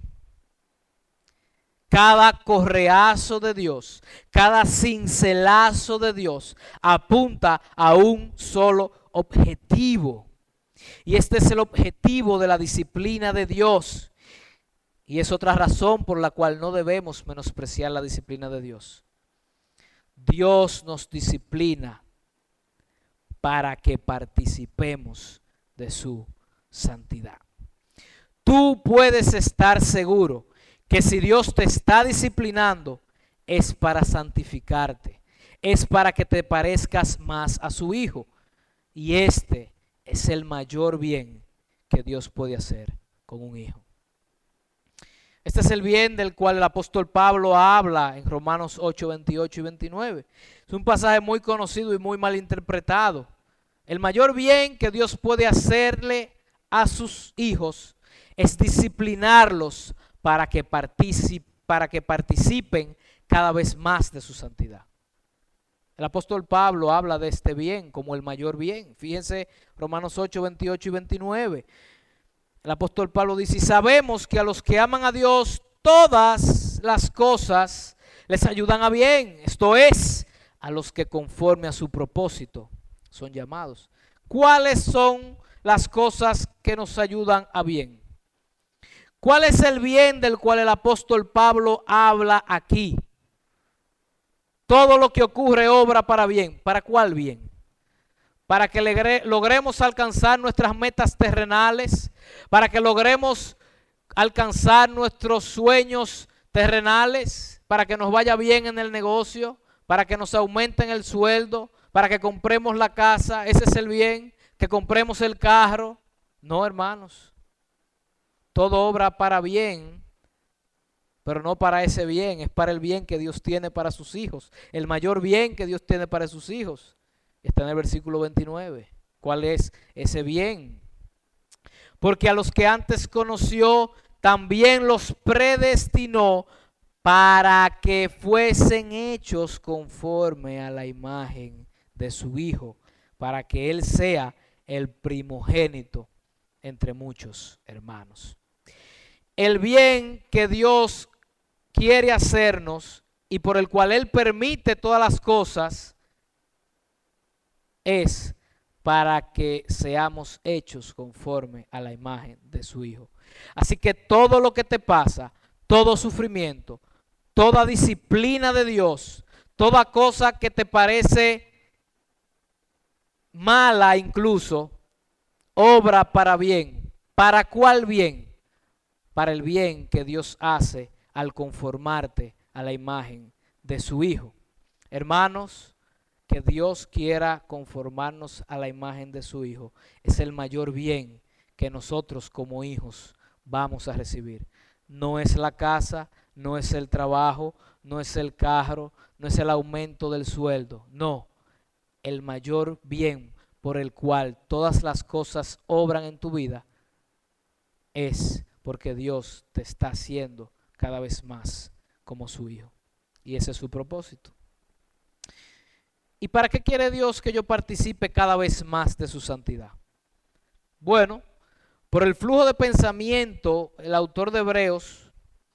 Cada correazo de Dios, cada cincelazo de Dios apunta a un solo objetivo. Y este es el objetivo de la disciplina de Dios. Y es otra razón por la cual no debemos menospreciar la disciplina de Dios. Dios nos disciplina para que participemos de su santidad. Tú puedes estar seguro que si Dios te está disciplinando es para santificarte, es para que te parezcas más a su Hijo. Y este es el mayor bien que Dios puede hacer con un hijo. Este es el bien del cual el apóstol Pablo habla en Romanos 8, 28 y 29. Es un pasaje muy conocido y muy mal interpretado. El mayor bien que Dios puede hacerle a sus hijos es disciplinarlos para que participen cada vez más de su santidad. El apóstol Pablo habla de este bien como el mayor bien. Fíjense Romanos 8, 28 y 29. El apóstol Pablo dice: y sabemos que a los que aman a Dios todas las cosas les ayudan a bien. Esto es, a los que conforme a su propósito son llamados. ¿Cuáles son las cosas que nos ayudan a bien? ¿Cuál es el bien del cual el apóstol Pablo habla aquí? Todo lo que ocurre obra para bien. ¿Para cuál bien? Para que logremos alcanzar nuestras metas terrenales, para que logremos alcanzar nuestros sueños terrenales, para que nos vaya bien en el negocio, para que nos aumenten el sueldo, para que compremos la casa, ese es el bien, que compremos el carro. No, hermanos, todo obra para bien, pero no para ese bien, es para el bien que Dios tiene para sus hijos, el mayor bien que Dios tiene para sus hijos. Está en el versículo 29. ¿Cuál es ese bien? Porque a los que antes conoció, también los predestinó para que fuesen hechos conforme a la imagen de su Hijo, para que Él sea el primogénito entre muchos hermanos. El bien que Dios quiere hacernos y por el cual Él permite todas las cosas es para que seamos hechos conforme a la imagen de su Hijo. Así que todo lo que te pasa, todo sufrimiento, toda disciplina de Dios, toda cosa que te parece mala incluso, obra para bien. ¿Para cuál bien? Para el bien que Dios hace al conformarte a la imagen de su Hijo. Hermanos, que Dios quiera conformarnos a la imagen de su Hijo es el mayor bien que nosotros como hijos vamos a recibir. No es la casa, no es el trabajo, no es el carro, no es el aumento del sueldo. No, el mayor bien por el cual todas las cosas obran en tu vida es porque Dios te está haciendo cada vez más como su Hijo. Y ese es su propósito. ¿Y para qué quiere Dios que yo participe cada vez más de su santidad? Bueno, por el flujo de pensamiento, el autor de Hebreos,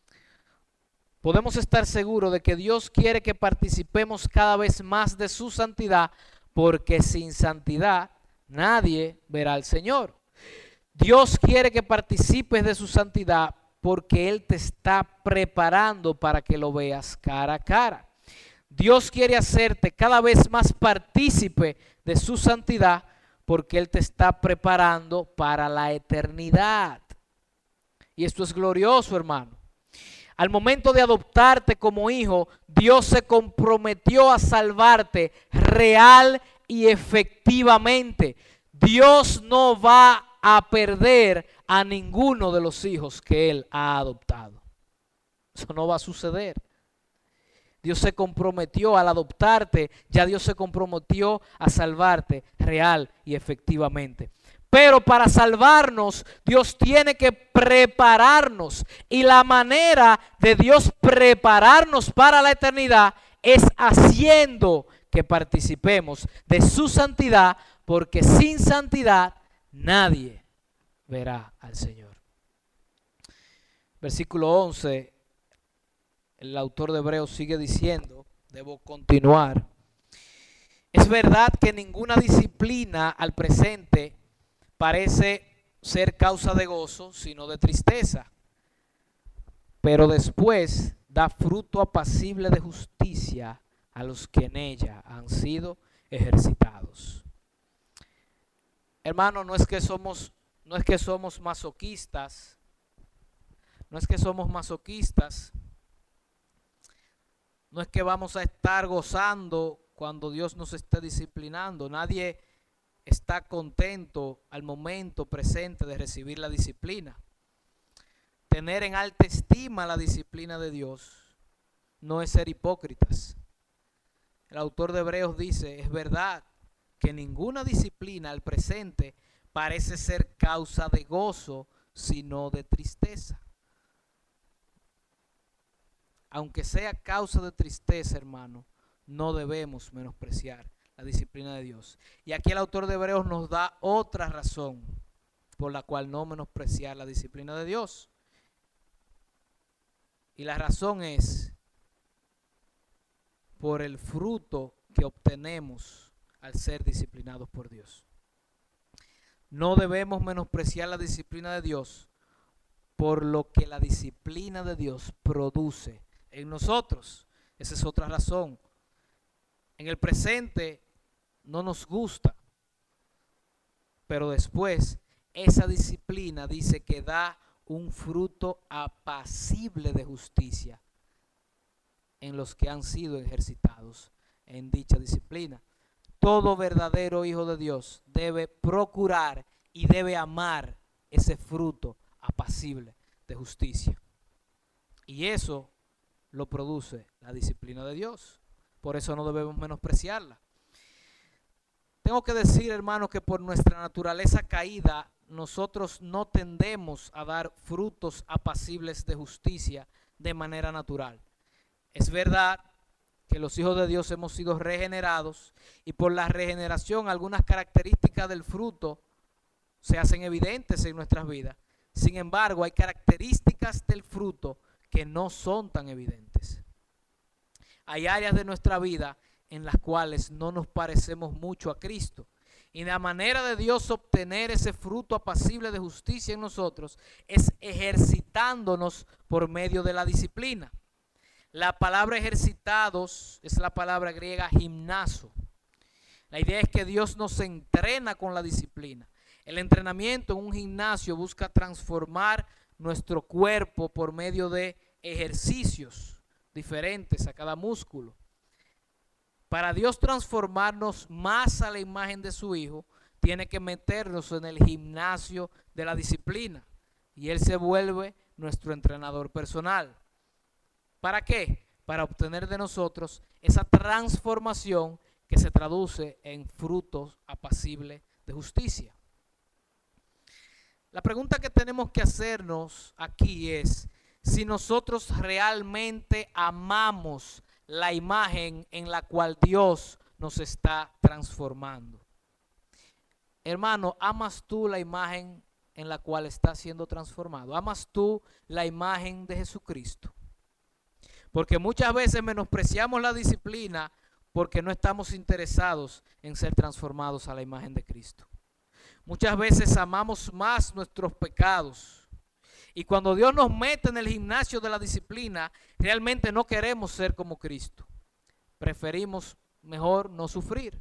podemos estar seguros de que Dios quiere que participemos cada vez más de su santidad, porque sin santidad nadie verá al Señor. Dios quiere que participes de su santidad porque Él te está preparando para que lo veas cara a cara. Dios quiere hacerte cada vez más partícipe de su santidad porque Él te está preparando para la eternidad. Y esto es glorioso, hermano. Al momento de adoptarte como hijo, Dios se comprometió a salvarte real y efectivamente. Dios no va a perder a ninguno de los hijos que Él ha adoptado. Eso no va a suceder. Dios se comprometió al adoptarte, ya Dios se comprometió a salvarte real y efectivamente. Pero para salvarnos, Dios tiene que prepararnos. Y la manera de Dios prepararnos para la eternidad es haciendo que participemos de su santidad, porque sin santidad nadie verá al Señor. Versículo 11. El autor de Hebreos sigue diciendo, debo continuar. Es verdad que ninguna disciplina al presente parece ser causa de gozo, sino de tristeza. Pero después da fruto apacible de justicia a los que en ella han sido ejercitados. Hermano, no es que somos masoquistas. No es que somos masoquistas. No es que vamos a estar gozando cuando Dios nos esté disciplinando. Nadie está contento al momento presente de recibir la disciplina. Tener en alta estima la disciplina de Dios no es ser hipócritas. El autor de Hebreos dice, es verdad que ninguna disciplina al presente parece ser causa de gozo, sino de tristeza. Aunque sea causa de tristeza, hermano, no debemos menospreciar la disciplina de Dios. Y aquí el autor de Hebreos nos da otra razón por la cual no menospreciar la disciplina de Dios. Y la razón es por el fruto que obtenemos al ser disciplinados por Dios. No debemos menospreciar la disciplina de Dios por lo que la disciplina de Dios produce en nosotros. Esa es otra razón. En el presente no nos gusta, pero después esa disciplina dice que da un fruto apacible de justicia en los que han sido ejercitados en dicha disciplina. Todo verdadero hijo de Dios debe procurar y debe amar ese fruto apacible de justicia. Y eso lo produce la disciplina de Dios. Por eso no debemos menospreciarla. Tengo que decir, hermanos, que por nuestra naturaleza caída, nosotros no tendemos a dar frutos apacibles de justicia de manera natural. Es verdad que los hijos de Dios hemos sido regenerados y por la regeneración algunas características del fruto se hacen evidentes en nuestras vidas. Sin embargo, hay características del fruto que no son tan evidentes. Hay áreas de nuestra vida en las cuales no nos parecemos mucho a Cristo. Y la manera de Dios obtener ese fruto apacible de justicia en nosotros es ejercitándonos por medio de la disciplina. La palabra ejercitados es la palabra griega gimnazo. La idea es que Dios nos entrena con la disciplina. El entrenamiento en un gimnasio busca transformar nuestro cuerpo por medio de ejercicios diferentes a cada músculo. Para Dios transformarnos más a la imagen de su Hijo, tiene que meternos en el gimnasio de la disciplina. Y Él se vuelve nuestro entrenador personal. ¿Para qué? Para obtener de nosotros esa transformación que se traduce en frutos apacibles de justicia. La pregunta que tenemos que hacernos aquí es si nosotros realmente amamos la imagen en la cual Dios nos está transformando. Hermano, ¿amas tú la imagen en la cual estás siendo transformado? ¿Amas tú la imagen de Jesucristo? Porque muchas veces menospreciamos la disciplina porque no estamos interesados en ser transformados a la imagen de Cristo. Muchas veces amamos más nuestros pecados. Y cuando Dios nos mete en el gimnasio de la disciplina, realmente no queremos ser como Cristo. Preferimos mejor no sufrir.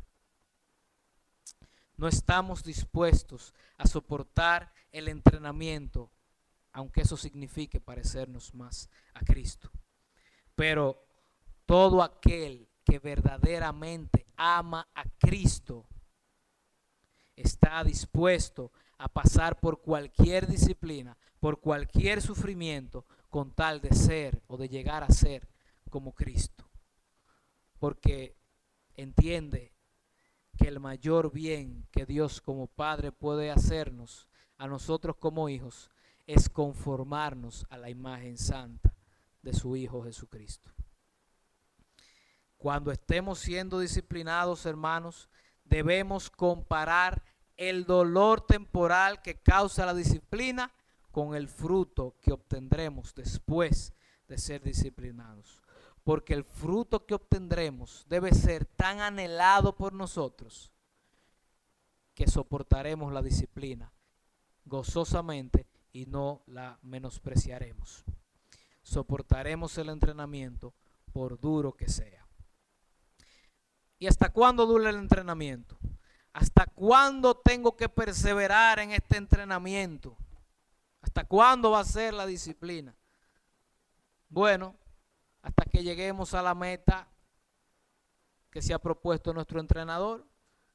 No estamos dispuestos a soportar el entrenamiento, aunque eso signifique parecernos más a Cristo. Pero todo aquel que verdaderamente ama a Cristo está dispuesto a pasar por cualquier disciplina, por cualquier sufrimiento, con tal de ser o de llegar a ser como Cristo. Porque entiende que el mayor bien que Dios como Padre puede hacernos a nosotros como hijos es conformarnos a la imagen santa de su Hijo Jesucristo. Cuando estemos siendo disciplinados, hermanos, debemos comparar el dolor temporal que causa la disciplina con el fruto que obtendremos después de ser disciplinados. Porque el fruto que obtendremos debe ser tan anhelado por nosotros que soportaremos la disciplina gozosamente y no la menospreciaremos. Soportaremos el entrenamiento por duro que sea. ¿Y hasta cuándo dura el entrenamiento? ¿Hasta cuándo tengo que perseverar en este entrenamiento? ¿Hasta cuándo va a ser la disciplina? Bueno, hasta que lleguemos a la meta que se ha propuesto nuestro entrenador.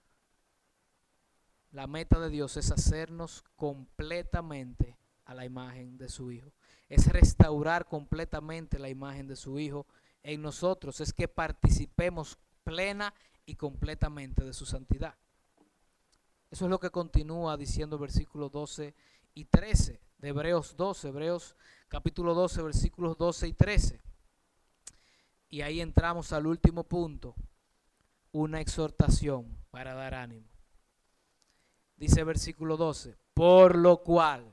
La meta de Dios es hacernos completamente a la imagen de su Hijo. Es restaurar completamente la imagen de su Hijo en nosotros. Es que participemos plena y completamente de su santidad. Eso es lo que continúa diciendo el versículo 12 y 13 de Hebreos 12, Hebreos capítulo 12, versículos 12 y 13. Y ahí entramos al último punto, una exhortación para dar ánimo. Dice el versículo 12, por lo cual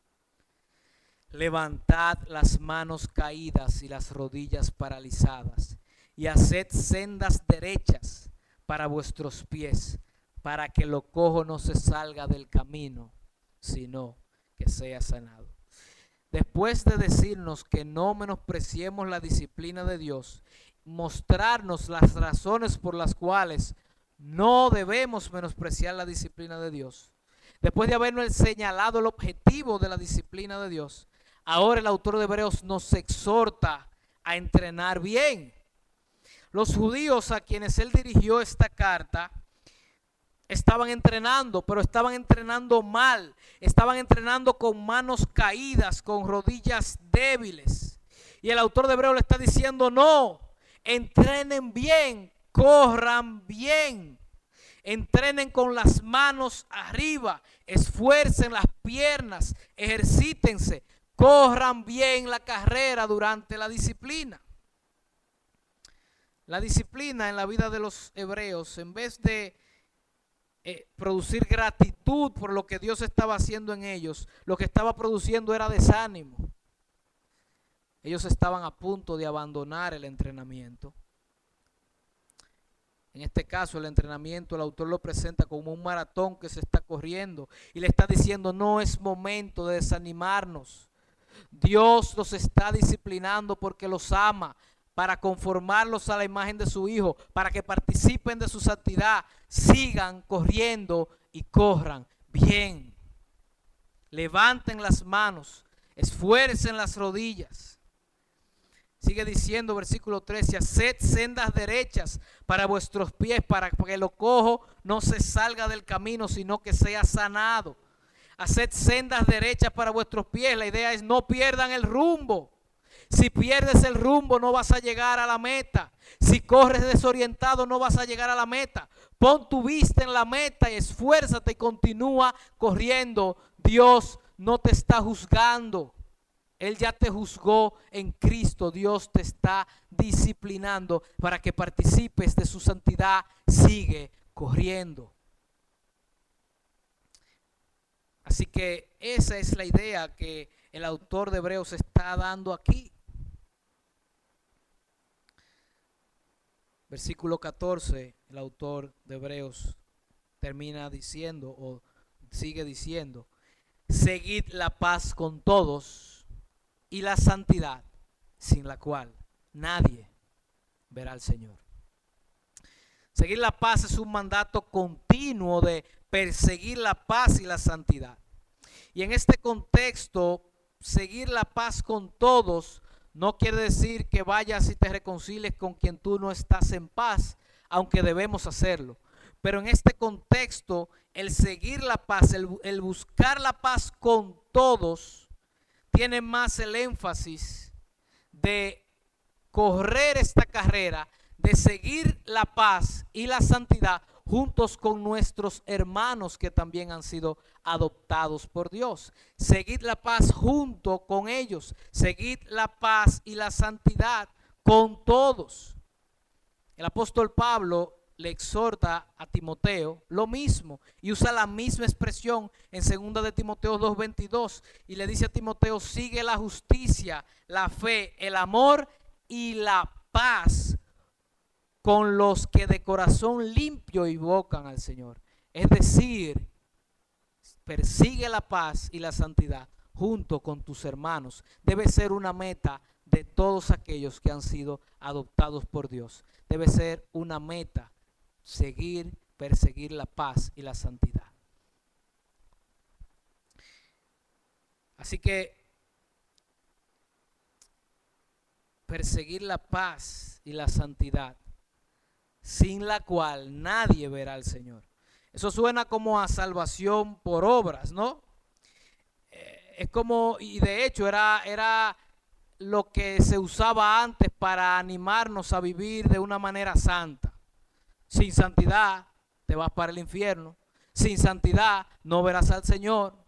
levantad las manos caídas y las rodillas paralizadas y haced sendas derechas para vuestros pies, para que lo cojo no se salga del camino, sino que sea sanado. Después de decirnos que no menospreciemos la disciplina de Dios, mostrarnos las razones por las cuales no debemos menospreciar la disciplina de Dios, después de habernos señalado el objetivo de la disciplina de Dios, ahora el autor de Hebreos nos exhorta a entrenar bien. Los judíos a quienes él dirigió esta carta estaban entrenando, pero estaban entrenando mal. Estaban entrenando con manos caídas, con rodillas débiles. Y el autor de Hebreos le está diciendo, no, entrenen bien, corran bien. Entrenen con las manos arriba, esfuercen las piernas, ejercítense, corran bien la carrera durante la disciplina. La disciplina en la vida de los hebreos, en vez de producir gratitud por lo que Dios estaba haciendo en ellos, lo que estaba produciendo era desánimo. Ellos estaban a punto de abandonar el entrenamiento. En este caso, el entrenamiento, el autor lo presenta como un maratón que se está corriendo y le está diciendo, no es momento de desanimarnos. Dios los está disciplinando porque los ama, para conformarlos a la imagen de su Hijo, para que participen de su santidad, sigan corriendo y corran bien. Levanten las manos, esfuercen las rodillas. Sigue diciendo versículo 13, haced sendas derechas para vuestros pies, para que lo cojo no se salga del camino, sino que sea sanado. Haced sendas derechas para vuestros pies. La idea es no pierdan el rumbo. Si pierdes el rumbo no vas a llegar a la meta. Si corres desorientado no vas a llegar a la meta. Pon tu vista en la meta y esfuérzate y continúa corriendo. Dios no te está juzgando. Él ya te juzgó en Cristo. Dios te está disciplinando para que participes de su santidad. Sigue corriendo. Así que esa es la idea que el autor de Hebreos está dando aquí. Versículo 14, el autor de Hebreos termina diciendo o sigue diciendo, seguid la paz con todos y la santidad, sin la cual nadie verá al Señor. Seguir la paz es un mandato continuo de perseguir la paz y la santidad. Y en este contexto, seguir la paz con todos no quiere decir que vayas y te reconcilies con quien tú no estás en paz, aunque debemos hacerlo. Pero en este contexto, el seguir la paz, el buscar la paz con todos, tiene más el énfasis de correr esta carrera, de seguir la paz y la santidad juntos con nuestros hermanos que también han sido adoptados por Dios. Seguid la paz junto con ellos. Seguid la paz y la santidad con todos. El apóstol Pablo le exhorta a Timoteo lo mismo y usa la misma expresión en 2 de Timoteo 2:22 y le dice a Timoteo, sigue la justicia, la fe, el amor y la paz con los que de corazón limpio invocan al Señor. Es decir, persigue la paz y la santidad junto con tus hermanos. Debe ser una meta de todos aquellos que han sido adoptados por Dios. Debe ser una meta perseguir la paz y la santidad. Así que perseguir la paz y la santidad, sin la cual nadie verá al Señor. Eso suena como a salvación por obras, ¿no? Es como, y de hecho era lo que se usaba antes para animarnos a vivir de una manera santa. Sin santidad te vas para el infierno. Sin santidad no verás al Señor.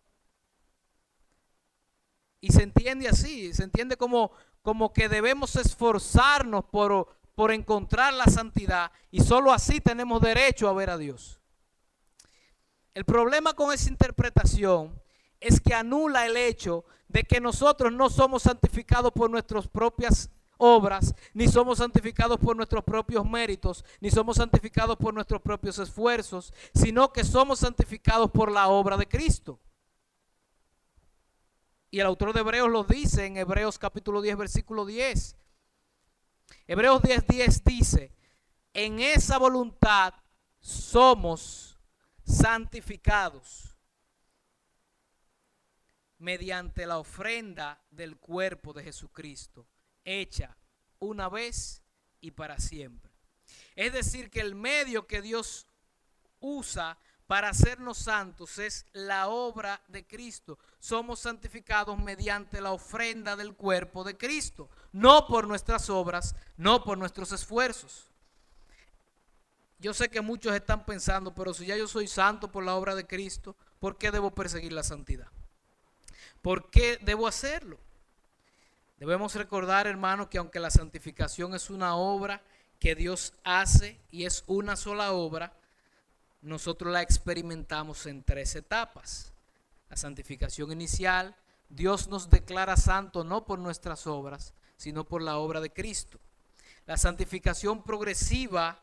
Y se entiende así, se entiende como que debemos esforzarnos por encontrar la santidad y solo así tenemos derecho a ver a Dios. El problema con esa interpretación es que anula el hecho de que nosotros no somos santificados por nuestras propias obras, ni somos santificados por nuestros propios méritos, ni somos santificados por nuestros propios esfuerzos, sino que somos santificados por la obra de Cristo. Y el autor de Hebreos lo dice en Hebreos capítulo 10, versículo 10. Hebreos 10:10 dice, en esa voluntad somos santificados mediante la ofrenda del cuerpo de Jesucristo, hecha una vez y para siempre. Es decir, que el medio que Dios usa para hacernos santos es la obra de Cristo. Somos santificados mediante la ofrenda del cuerpo de Cristo, no por nuestras obras, no por nuestros esfuerzos. Yo sé que muchos están pensando, pero si ya yo soy santo por la obra de Cristo, ¿por qué debo perseguir la santidad? ¿Por qué debo hacerlo? Debemos recordar, hermanos, que aunque la santificación es una obra que Dios hace y es una sola obra, nosotros la experimentamos en 3 etapas. La santificación inicial, Dios nos declara santo no por nuestras obras, sino por la obra de Cristo. La santificación progresiva,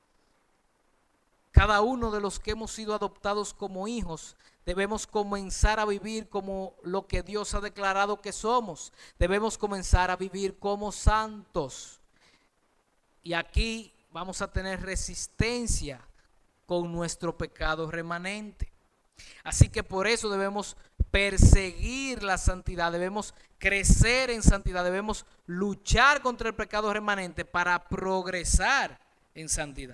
cada uno de los que hemos sido adoptados como hijos, debemos comenzar a vivir como lo que Dios ha declarado que somos. Debemos comenzar a vivir como santos. Y aquí vamos a tener resistencia con nuestro pecado remanente. Así que por eso debemos perseguir la santidad, debemos crecer en santidad, debemos luchar contra el pecado remanente para progresar en santidad.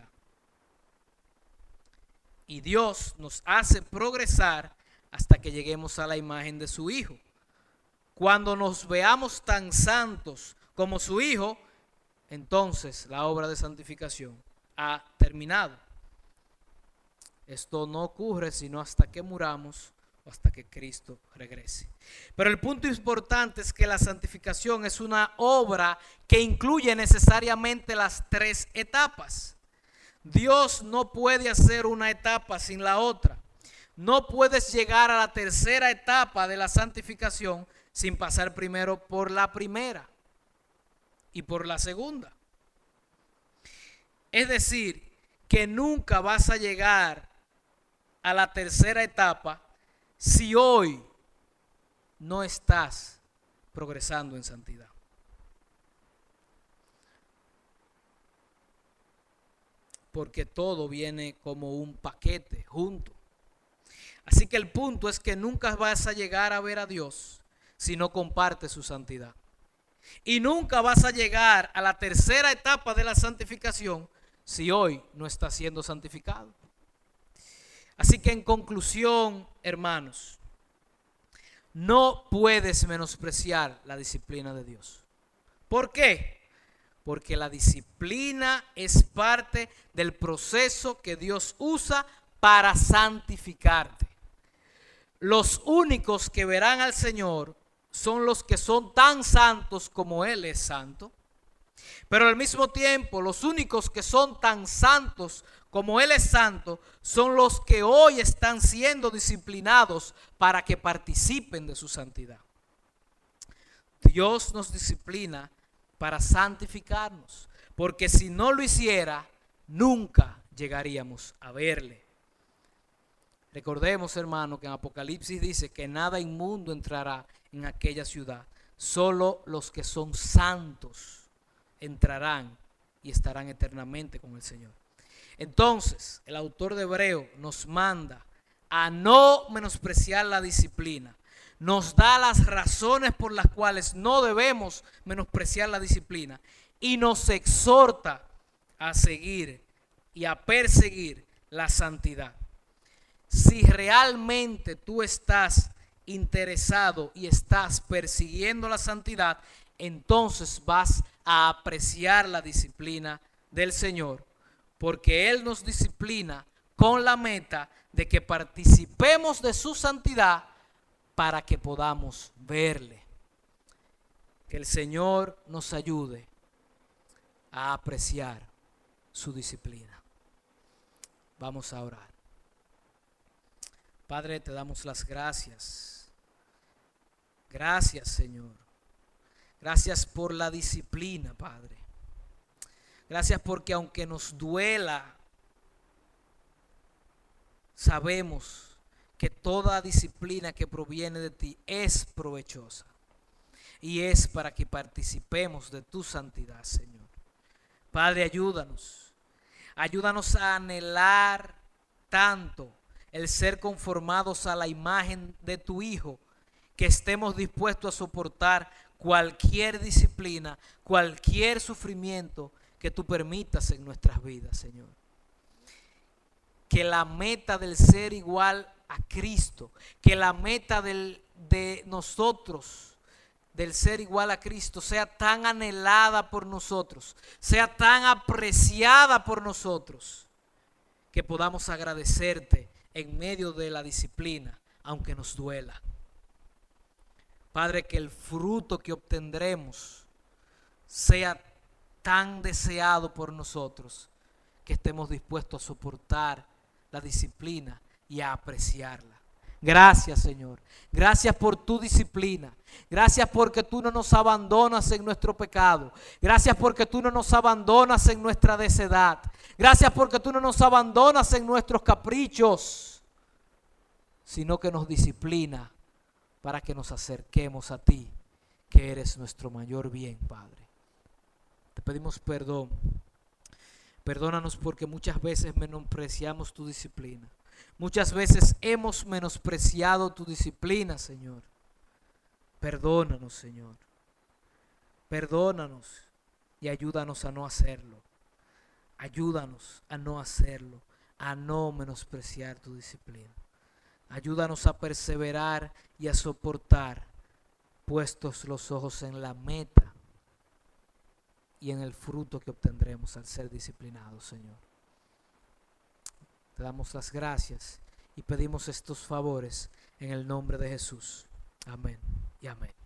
Y Dios nos hace progresar hasta que lleguemos a la imagen de su Hijo. Cuando nos veamos tan santos como su Hijo, entonces la obra de santificación ha terminado. Esto no ocurre sino hasta que muramos o hasta que Cristo regrese. Pero el punto importante es que la santificación es una obra que incluye necesariamente las 3 etapas. Dios no puede hacer una etapa sin la otra. No puedes llegar a la tercera etapa de la santificación sin pasar primero por la primera y por la segunda. Es decir, que nunca vas a llegar a la tercera etapa si hoy no estás progresando en santidad. Porque todo viene como un paquete junto. Así que el punto es que nunca vas a llegar a ver a Dios si no compartes su santidad. Y nunca vas a llegar a la tercera etapa de la santificación si hoy no estás siendo santificado. Así que en conclusión, hermanos, no puedes menospreciar la disciplina de Dios. ¿Por qué? Porque la disciplina es parte del proceso que Dios usa para santificarte. Los únicos que verán al Señor son los que son tan santos como Él es santo. Pero al mismo tiempo, los únicos que son tan santos como Él es santo son los que hoy están siendo disciplinados para que participen de su santidad. Dios nos disciplina para santificarnos, porque si no lo hiciera, nunca llegaríamos a verle. Recordemos, hermano, que en Apocalipsis dice que nada inmundo entrará en aquella ciudad. Solo los que son santos entrarán y estarán eternamente con el Señor. Entonces, el autor de Hebreo nos manda a no menospreciar la disciplina. Nos da las razones por las cuales no debemos menospreciar la disciplina y nos exhorta a seguir y a perseguir la santidad. Si realmente tú estás interesado y estás persiguiendo la santidad, entonces vas a apreciar la disciplina del Señor, porque Él nos disciplina con la meta de que participemos de su santidad para que podamos verle. Que el Señor nos ayude a apreciar su disciplina. Vamos a orar. Padre, te damos las gracias. Gracias, Señor. Gracias por la disciplina, Padre. Gracias porque aunque nos duela, sabemos que toda disciplina que proviene de ti es provechosa y es para que participemos de tu santidad, Señor. Padre, ayúdanos. Ayúdanos a anhelar tanto el ser conformados a la imagen de tu Hijo, que estemos dispuestos a soportar cualquier disciplina, cualquier sufrimiento que tú permitas en nuestras vidas, Señor. Que la meta del ser igual a Cristo, que la meta de nosotros, del ser igual a Cristo, sea tan anhelada por nosotros, sea tan apreciada por nosotros, que podamos agradecerte en medio de la disciplina, aunque nos duela. Padre, que el fruto que obtendremos sea tan deseado por nosotros, que estemos dispuestos a soportar la disciplina y a apreciarla. Gracias, Señor. Gracias por tu disciplina. Gracias porque tú no nos abandonas en nuestro pecado. Gracias porque tú no nos abandonas en nuestra necedad. Gracias porque tú no nos abandonas en nuestros caprichos, sino que nos disciplina para que nos acerquemos a ti, que eres nuestro mayor bien, Padre. Te pedimos perdón. Perdónanos porque muchas veces menospreciamos tu disciplina. Muchas veces hemos menospreciado tu disciplina, Señor. Perdónanos, Señor. Perdónanos y ayúdanos a no hacerlo. Ayúdanos a no hacerlo, a no menospreciar tu disciplina. Ayúdanos a perseverar y a soportar, puestos los ojos en la meta y en el fruto que obtendremos al ser disciplinados, Señor. Te damos las gracias y pedimos estos favores en el nombre de Jesús. Amén y amén.